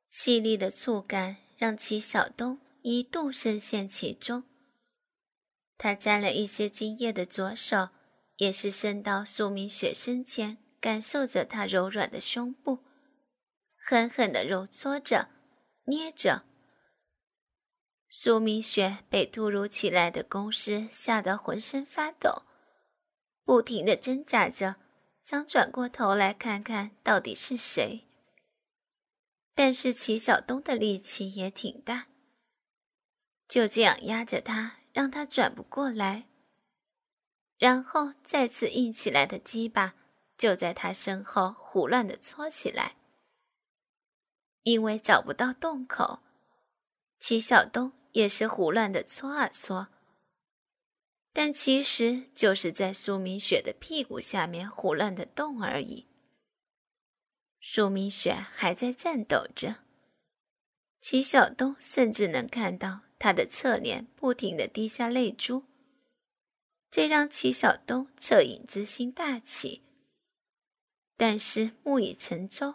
细腻的触感让齐晓东一度深陷其中。他沾了一些精液的左手也是伸到苏明雪身前，感受着她柔软的胸部，狠狠地揉搓着捏着。苏明雪被突如其来的攻势吓得浑身发抖，不停地挣扎着，想转过头来看看到底是谁。但是齐晓东的力气也挺大，就这样压着他，让他转不过来，然后再次硬起来的鸡巴就在他身后胡乱地搓起来。因为找不到洞口，齐晓东也是胡乱地搓啊搓，但其实就是在苏明雪的屁股下面胡乱地动而已。苏明雪还在颤抖着，齐晓东甚至能看到她的侧脸不停地滴下泪珠，这让齐晓东恻隐之心大起，但是木已成舟。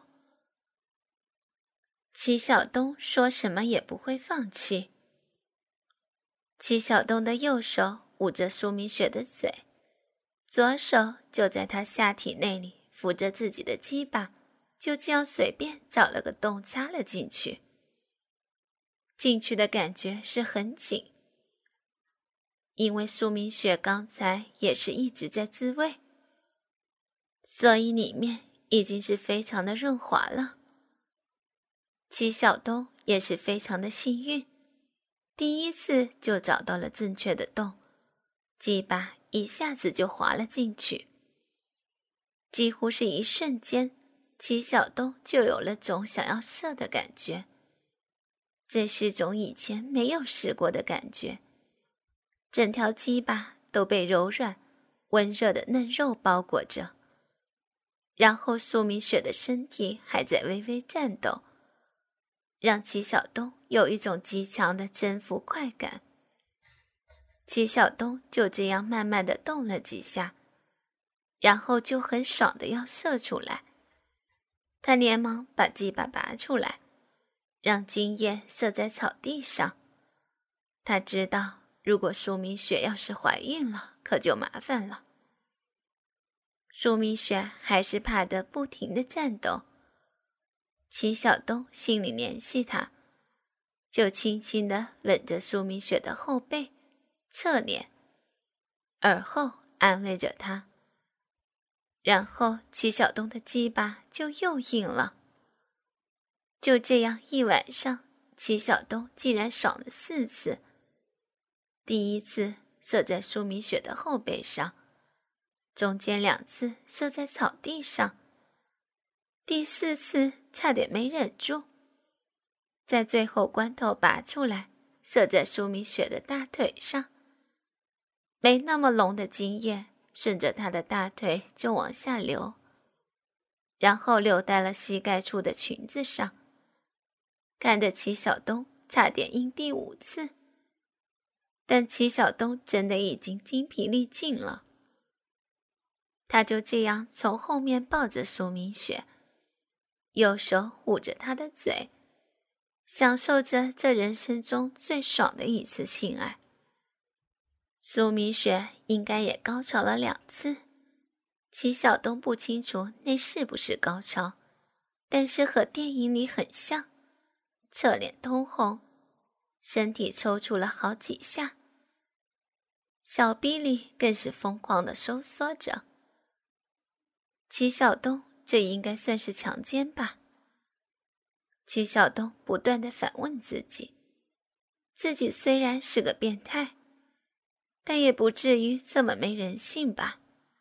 齐晓东说什么也不会放弃。齐晓东的右手捂着苏明雪的嘴，左手就在她下体内里扶着自己的鸡巴，就这样随便找了个洞插了进去。进去的感觉是很紧，因为苏明雪刚才也是一直在自慰，所以里面已经是非常的润滑了。齐晓东也是非常的幸运，第一次就找到了正确的洞，鸡巴一下子就滑了进去。几乎是一瞬间，齐晓东就有了种想要射的感觉，这是种以前没有试过的感觉。整条鸡巴都被柔软温热的嫩肉包裹着，然后苏明雪的身体还在微微颤抖，让齐晓东有一种极强的征服快感。齐晓东就这样慢慢地动了几下，然后就很爽的要射出来。他连忙把鸡巴拔出来，让精液射在草地上。他知道如果苏明雪要是怀孕了，可就麻烦了。苏明雪还是怕得不停地颤抖，齐晓东心里怜惜她，就轻轻地吻着苏明雪的后背、侧脸，而后安慰着她。然后齐晓东的鸡巴就又硬了。就这样一晚上，齐晓东竟然爽了4次。第一次射在苏明雪的后背上，中间2次射在草地上，第4次差点没忍住，在最后关头拔出来，射在苏明雪的大腿上。没那么浓的精液顺着她的大腿就往下流，然后流在了膝盖处的裙子上，看得齐晓东差点阴第5次。但齐晓东真的已经精疲力尽了，他就这样从后面抱着苏明雪，右手捂着她的嘴，享受着这人生中最爽的一次性爱。苏明雪应该也高潮了2次，齐晓东不清楚那是不是高潮，但是和电影里很像，侧脸通红，身体抽搐了好几下，小臂里更是疯狂地收缩着。齐晓东这应该算是强奸吧？齐晓东不断地反问自己，自己虽然是个变态，但也不至于这么没人性吧。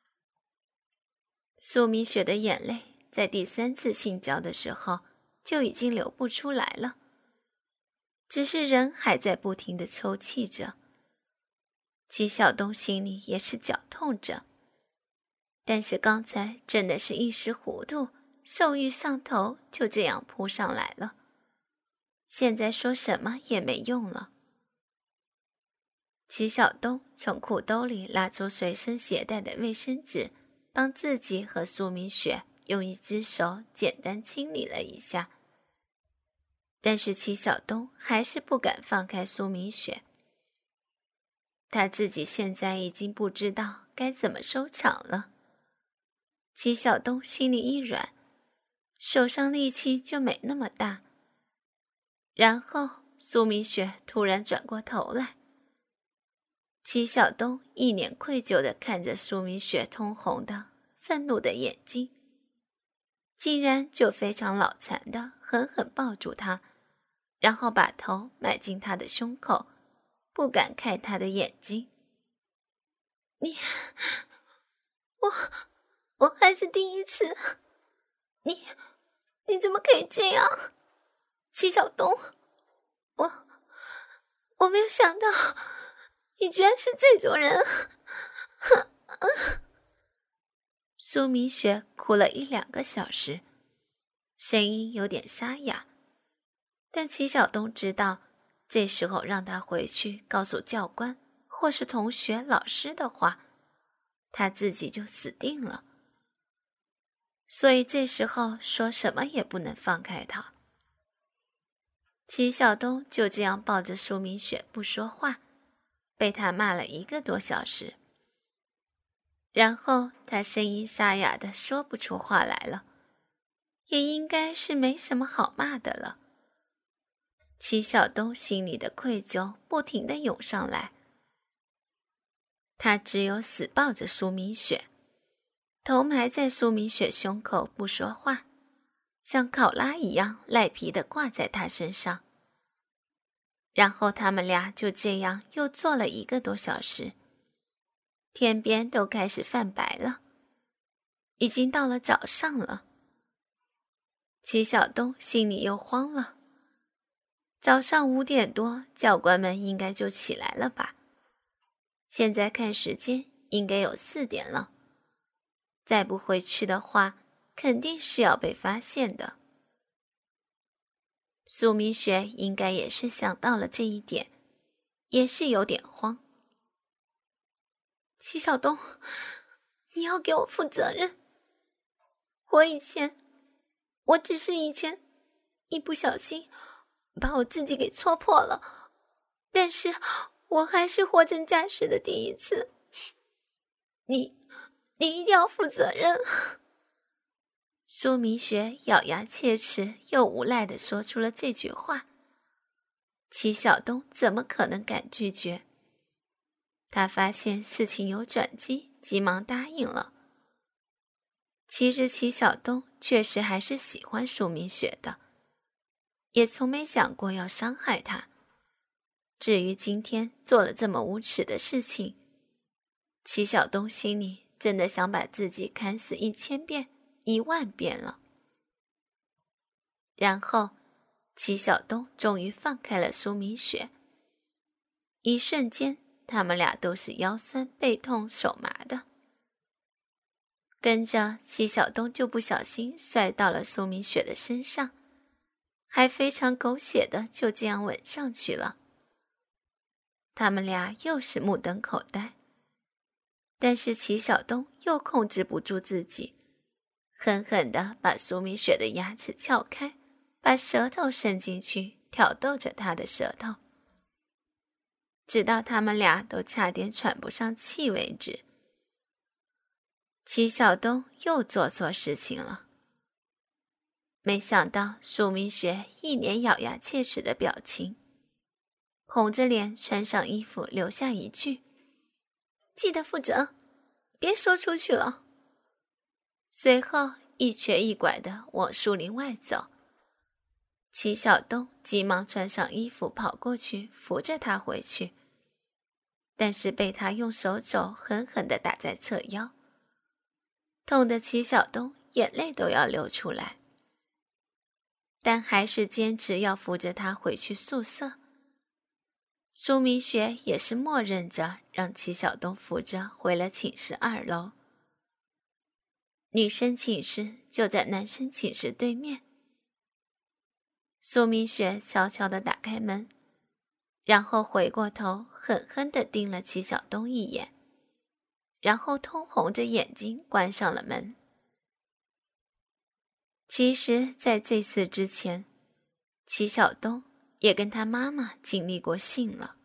苏明雪的眼泪在第3次性交的时候就已经流不出来了，只是人还在不停地抽泣着。齐晓东心里也是绞痛着，但是刚才真的是一时糊涂，兽欲上头，就这样扑上来了，现在说什么也没用了。齐晓东从裤兜里拉出随身携带的卫生纸，帮自己和苏明雪用一只手简单清理了一下。 但是齐晓东还是不敢放开苏明雪。他自己现在已经不知道该怎么收场了。齐晓东心里一软，手上力气就没那么大。然后苏明雪突然转过头来，齐晓东一脸愧疚地看着苏明雪通红的愤怒的眼睛，竟然就非常脑残地狠狠抱住她，然后把头埋进她的胸口，不敢看她的眼睛。我还是第一次，你怎么可以这样？齐晓东，我没有想到你居然是这种人。苏明雪哭了1-2个小时，声音有点沙哑，但齐晓东知道这时候让他回去告诉教官或是同学老师的话，他自己就死定了，所以这时候说什么也不能放开他。齐晓东就这样抱着苏明雪不说话，被他骂了1个多小时。然后他声音沙哑的说不出话来了，也应该是没什么好骂的了。齐晓东心里的愧疚不停地涌上来，他只有死抱着苏明雪，头埋在苏明雪胸口不说话，像考拉一样赖皮地挂在她身上。然后他们俩就这样又坐了1个多小时，天边都开始泛白了，已经到了早上了。齐晓东心里又慌了，早上5点多教官们应该就起来了吧，现在看时间应该有4点了，再不回去的话肯定是要被发现的。苏明雪应该也是想到了这一点，也是有点慌。齐晓东，你要给我负责任。我只是以前一不小心把我自己给戳破了，但是我还是货真价实的第一次。你一定要负责任。苏明雪咬牙切齿又无赖地说出了这句话。齐晓东怎么可能敢拒绝？他发现事情有转机，急忙答应了。其实齐晓东确实还是喜欢苏明雪的，也从没想过要伤害她。至于今天做了这么无耻的事情，齐晓东心里真的想把自己砍死1000遍10000遍了。然后齐晓东终于放开了苏明雪，一瞬间他们俩都是腰酸背痛手麻的。跟着齐晓东就不小心摔到了苏明雪的身上，还非常狗血的就这样吻上去了。他们俩又是目瞪口呆，但是齐晓东又控制不住自己，狠狠地把苏明雪的牙齿撬开，把舌头伸进去挑逗着她的舌头，直到他们俩都差点喘不上气为止。齐晓东又做错事情了。没想到苏明雪一脸咬牙切齿的表情，红着脸穿上衣服，留下一句：记得负责，别说出去了。随后一瘸一拐地往树林外走。齐晓东急忙穿上衣服跑过去扶着他回去，但是被他用手肘狠狠地打在侧腰，痛得齐晓东眼泪都要流出来，但还是坚持要扶着他回去宿舍。苏明雪也是默认着让齐晓东扶着回了寝室2楼。女生寝室就在男生寝室对面。苏明雪悄悄地打开门，然后回过头狠狠地盯了齐晓东一眼，然后通红着眼睛关上了门。其实在这次之前， 齐晓东也跟他妈妈经历过性了。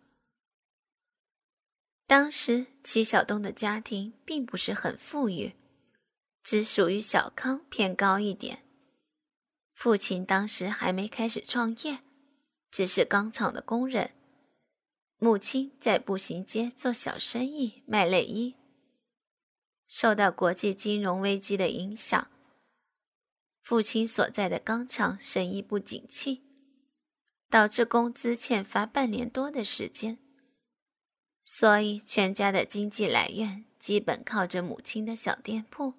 当时齐晓东的家庭并不是很富裕，只属于小康偏高一点。父亲当时还没开始创业，只是钢厂的工人。母亲在步行街做小生意卖内衣。受到国际金融危机的影响，父亲所在的钢厂生意不景气，导致工资欠发半年多的时间，所以全家的经济来源基本靠着母亲的小店铺。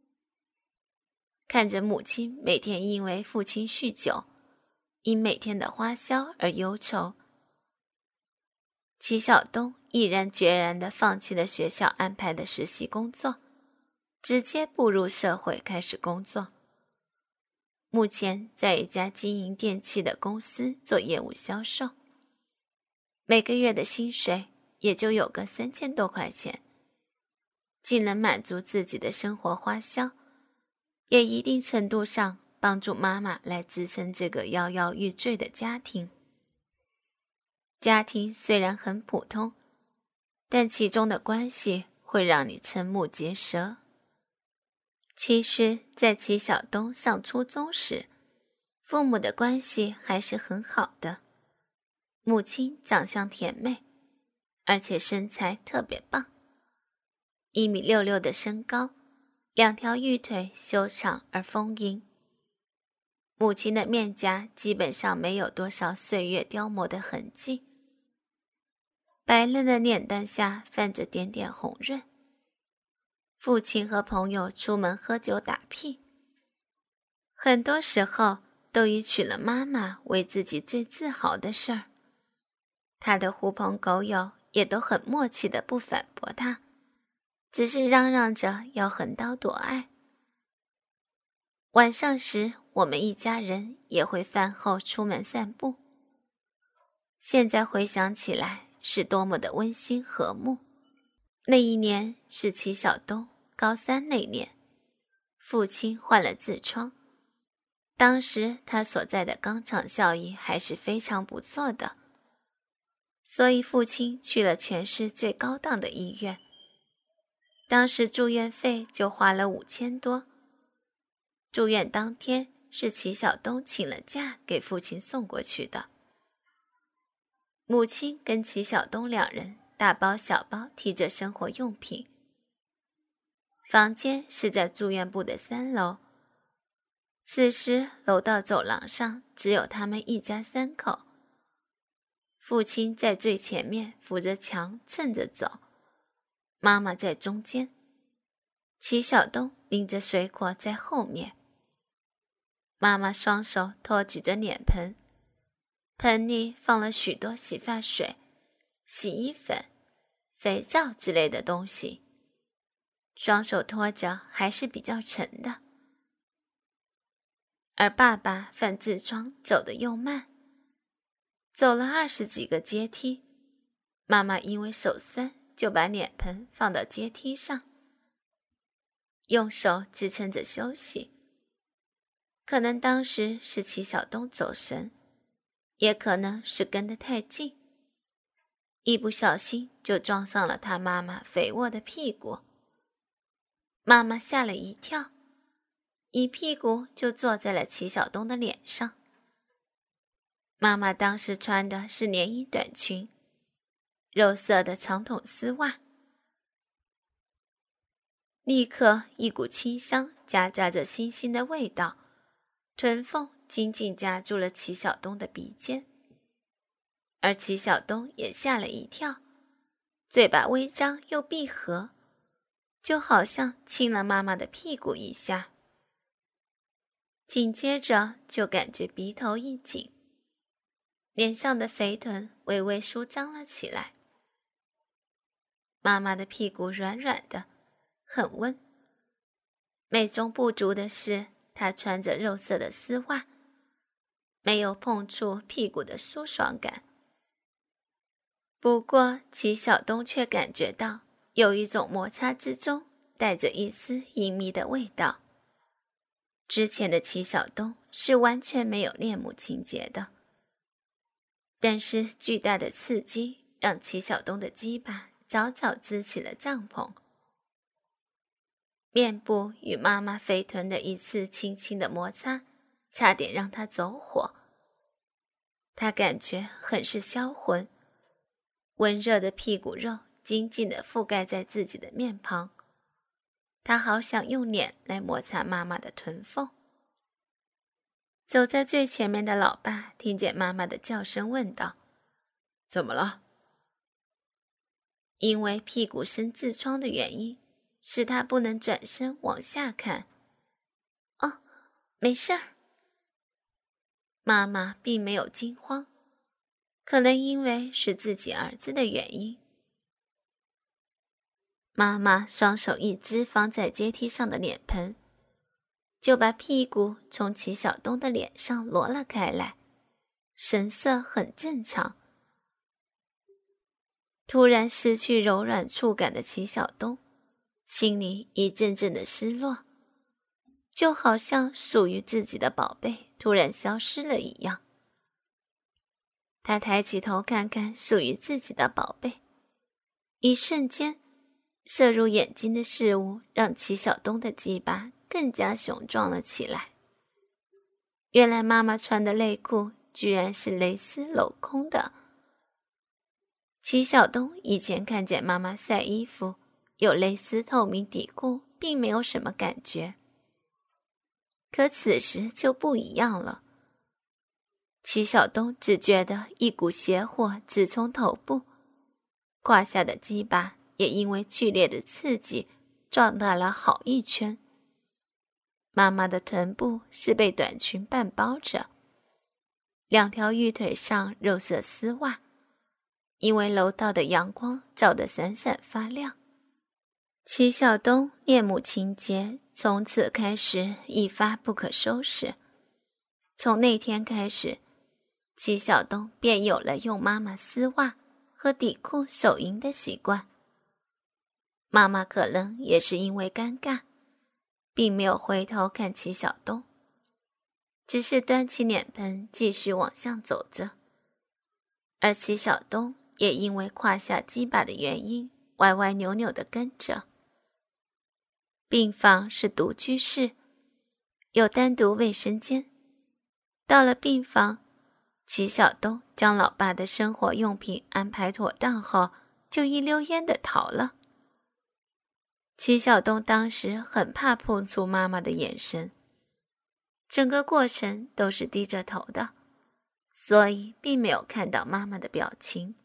看着母亲每天因为父亲酗酒，因每天的花销而忧愁，齐晓东毅然决然地放弃了学校安排的实习工作，直接步入社会开始工作。目前在一家经营电器的公司做业务销售，每个月的薪水也就有个3000多块钱，既能满足自己的生活花销，也一定程度上帮助妈妈来支撑这个摇摇欲坠的家庭。家庭虽然很普通，但其中的关系会让你瞠目结舌。其实在齐晓东上初中时，父母的关系还是很好的。母亲长相甜美，而且身材特别棒，1.66米的身高，2条玉腿修长而丰盈。母亲的面颊基本上没有多少岁月雕磨的痕迹，白嫩的脸蛋下泛着点点红润。父亲和朋友出门喝酒打屁，很多时候都以娶了妈妈为自己最自豪的事儿。他的狐朋狗友也都很默契的不反驳他，只是嚷嚷着要横刀夺爱。晚上时，我们一家人也会饭后出门散步。现在回想起来，是多么的温馨和睦。那一年是齐晓东高3那年，父亲患了痔疮。当时他所在的钢厂效益还是非常不错的，所以父亲去了全市最高档的医院。当时住院费就花了5000多。住院当天是齐晓东请了假给父亲送过去的。母亲跟齐晓东2人大包小包提着生活用品。房间是在住院部的3楼。此时楼道走廊上只有他们一家3口。父亲在最前面扶着墙蹭着走，妈妈在中间，齐晓东拎着水果在后面。妈妈双手托举着脸盆，盆里放了许多洗发水、洗衣粉、肥皂之类的东西，双手托着还是比较沉的。而爸爸犯痔疮走得又慢，走了20几个阶梯，妈妈因为手酸就把脸盆放到阶梯上，用手支撑着休息。可能当时是齐晓东走神，也可能是跟得太近，一不小心就撞上了他妈妈肥沃的屁股。妈妈吓了一跳，一屁股就坐在了齐晓东的脸上。妈妈当时穿的是连衣短裙，肉色的长筒丝袜。立刻一股清香夹杂着腥腥的味道，臀缝紧紧夹住了齐晓东的鼻尖。而齐晓东也吓了一跳，嘴巴微张又闭合，就好像亲了妈妈的屁股一下。紧接着就感觉鼻头一紧，脸上的肥臀微微舒张了起来。妈妈的屁股软软的，很温。美中不足的是，她穿着肉色的丝袜，没有碰触屁股的舒爽感。不过齐晓东却感觉到有一种摩擦之中带着一丝隐秘的味道。之前的齐晓东是完全没有恋母情节的， 但是巨大的刺激让齐晓东的鸡巴早早支起了帐篷。面部与妈妈肥臀的一次轻轻的摩擦，差点让他走火。他感觉很是销魂，温热的屁股肉紧紧地覆盖在自己的面庞，他好想用脸来摩擦妈妈的臀缝。走在最前面的老爸听见妈妈的叫声，问道：怎么了？因为屁股生痔疮的原因，使他不能转身往下看。哦，没事儿。妈妈并没有惊慌，可能因为是自己儿子的原因。妈妈双手一支放在阶梯上的脸盆，就把屁股从齐晓东的脸上挪了开来，神色很正常。突然失去柔软触感的齐晓东，心里一阵阵的失落，就好像属于自己的宝贝突然消失了一样。他抬起头看看属于自己的宝贝，一瞬间，射入眼睛的事物让齐晓东的鸡巴更加雄壮了起来。原来妈妈穿的内裤居然是蕾丝镂空的。齐晓东以前看见妈妈晒衣服有蕾丝透明底裤并没有什么感觉，可此时就不一样了。齐晓东只觉得一股邪火直冲头部，胯下的鸡巴也因为剧烈的刺激壮大了好一圈。妈妈的臀部是被短裙半包着，两条玉腿上肉色丝袜，因为楼道的阳光照得闪闪发亮。齐晓东恋母情结从此开始一发不可收拾。从那天开始，齐晓东便有了用妈妈丝袜和底裤手淫的习惯。妈妈可能也是因为尴尬，并没有回头看齐晓东，只是端起脸盆继续往上走着。而齐晓东也因为胯下鸡巴的原因歪歪扭扭地跟着。病房是独居室，有单独卫生间。到了病房，齐晓东将老爸的生活用品安排妥当后，就一溜烟地逃了。齐晓东当时很怕碰触妈妈的眼神，整个过程都是低着头的，所以并没有看到妈妈的表情。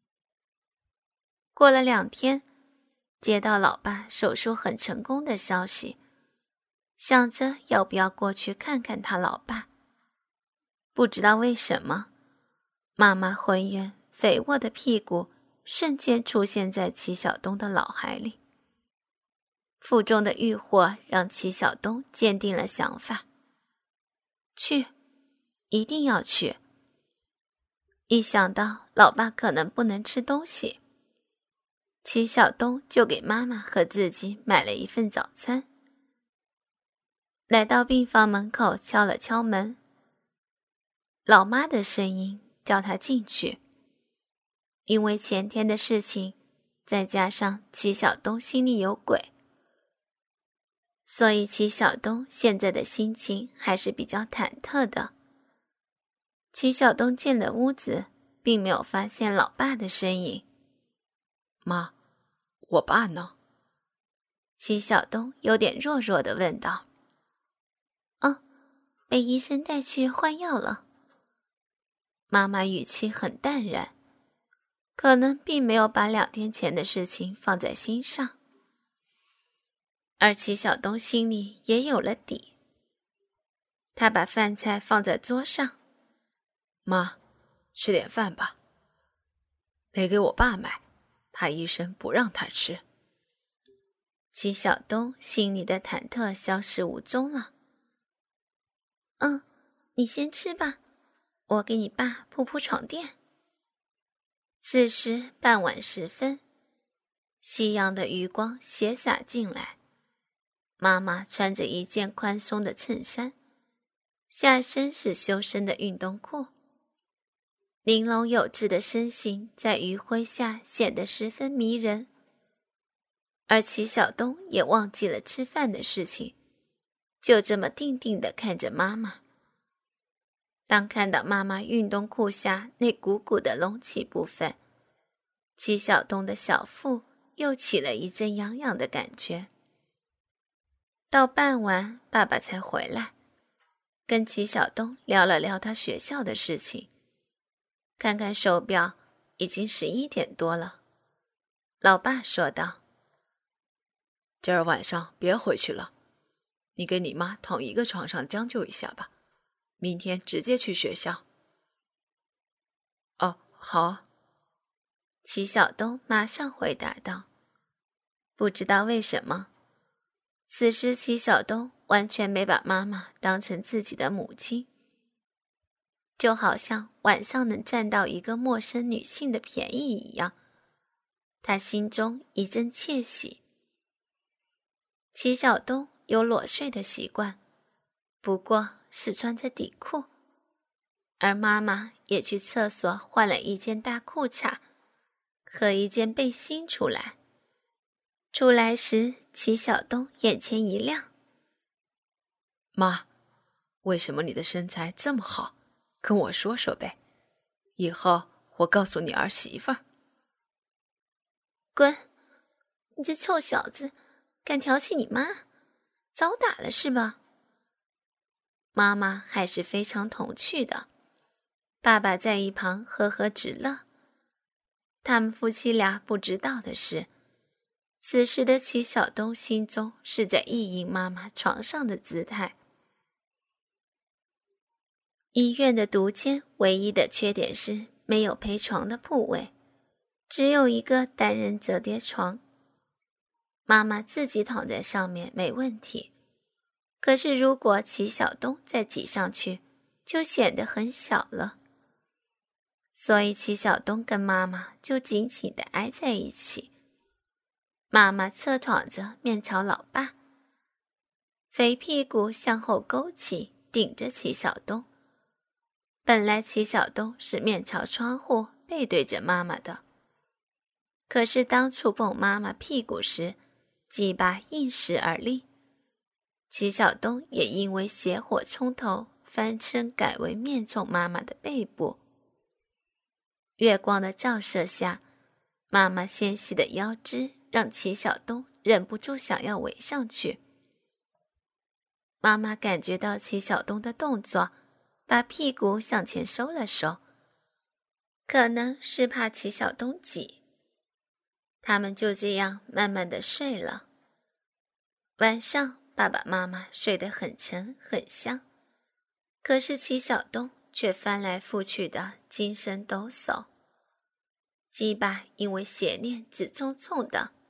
过了2天，接到老爸手术很成功的消息，想着要不要过去看看他老爸。不知道为什么，妈妈浑圆肥沃的屁股瞬间出现在齐晓东的脑海里。腹中的欲火让齐晓东坚定了想法，去，一定要去。一想到老爸可能不能吃东西，齐晓东就给妈妈和自己买了一份早餐。来到病房门口敲了敲门，老妈的声音叫他进去。因为前天的事情，再加上齐晓东心里有鬼，所以齐晓东现在的心情还是比较忐忑的。齐晓东进了屋子，并没有发现老爸的身影。 妈，我爸呢？ 齐晓东有点弱弱地问道。哦，被医生带去换药了。妈妈语气很淡然，可能并没有把2天前的事情放在心上。而齐晓东心里也有了底。他把饭菜放在桌上。 妈，吃点饭吧。没给我爸买，他医生不让他吃。 齐晓东心里的忐忑消失无踪了。你先吃吧，我给你爸铺铺床垫。此时傍晚时分，夕阳的余光斜洒进来。妈妈穿着一件宽松的衬衫，下身是修身的运动裤。 玲珑有致的身形在余晖下显得十分迷人，而齐晓东也忘记了吃饭的事情，就这么定定地看着妈妈。当看到妈妈运动裤下那鼓鼓的隆起部分，齐晓东的小腹又起了一阵痒痒的感觉。到傍晚，爸爸才回来，跟齐晓东聊了聊他学校的事情。看看手表，已经11点多了。老爸说道：“ 今儿晚上别回去了，你跟你妈躺一个床上将就一下吧，明天直接去学校。”“哦，好。” 齐晓东马上回答道。不知道为什么，此时齐晓东完全没把妈妈当成自己的母亲，就好像晚上能占到一个陌生女性的便宜一样，他心中一阵窃喜。齐晓东有裸睡的习惯，不过是穿着底裤，而妈妈也去厕所换了一件大裤衩和一件背心出来。出来时，齐晓东眼前一亮。 “妈，为什么你的身材这么好？跟我说说呗，以后我告诉你儿媳妇儿。”“ 滚！你这臭小子，敢调戏你妈，遭打了是吧？”妈妈还是非常童趣的，爸爸在一旁呵呵直乐。他们夫妻俩不知道的是，此时的齐晓东心中是在意淫妈妈床上的姿态。医院的独间唯一的缺点是没有陪床的铺位，只有一个单人折叠床。妈妈自己躺在上面没问题，可是如果齐晓东再挤上去，就显得很小了。所以齐晓东跟妈妈就紧紧地挨在一起。妈妈侧躺着面朝老爸，肥屁股向后勾起，顶着齐晓东。本来齐晓东是面朝窗户背对着妈妈的，可是当触碰妈妈屁股时，鸡巴应时而立。齐晓东也因为邪火冲头，翻身改为面冲妈妈的背部。月光的照射下，妈妈纤细的腰肢让齐晓东忍不住想要围上去。妈妈感觉到齐晓东的动作，把屁股向前收了收，可能是怕齐晓东挤。他们就这样慢慢地睡了。晚上爸爸妈妈睡得很沉很香，可是齐晓东却翻来覆去的精神抖擞，鸡巴因为邪念直冲冲的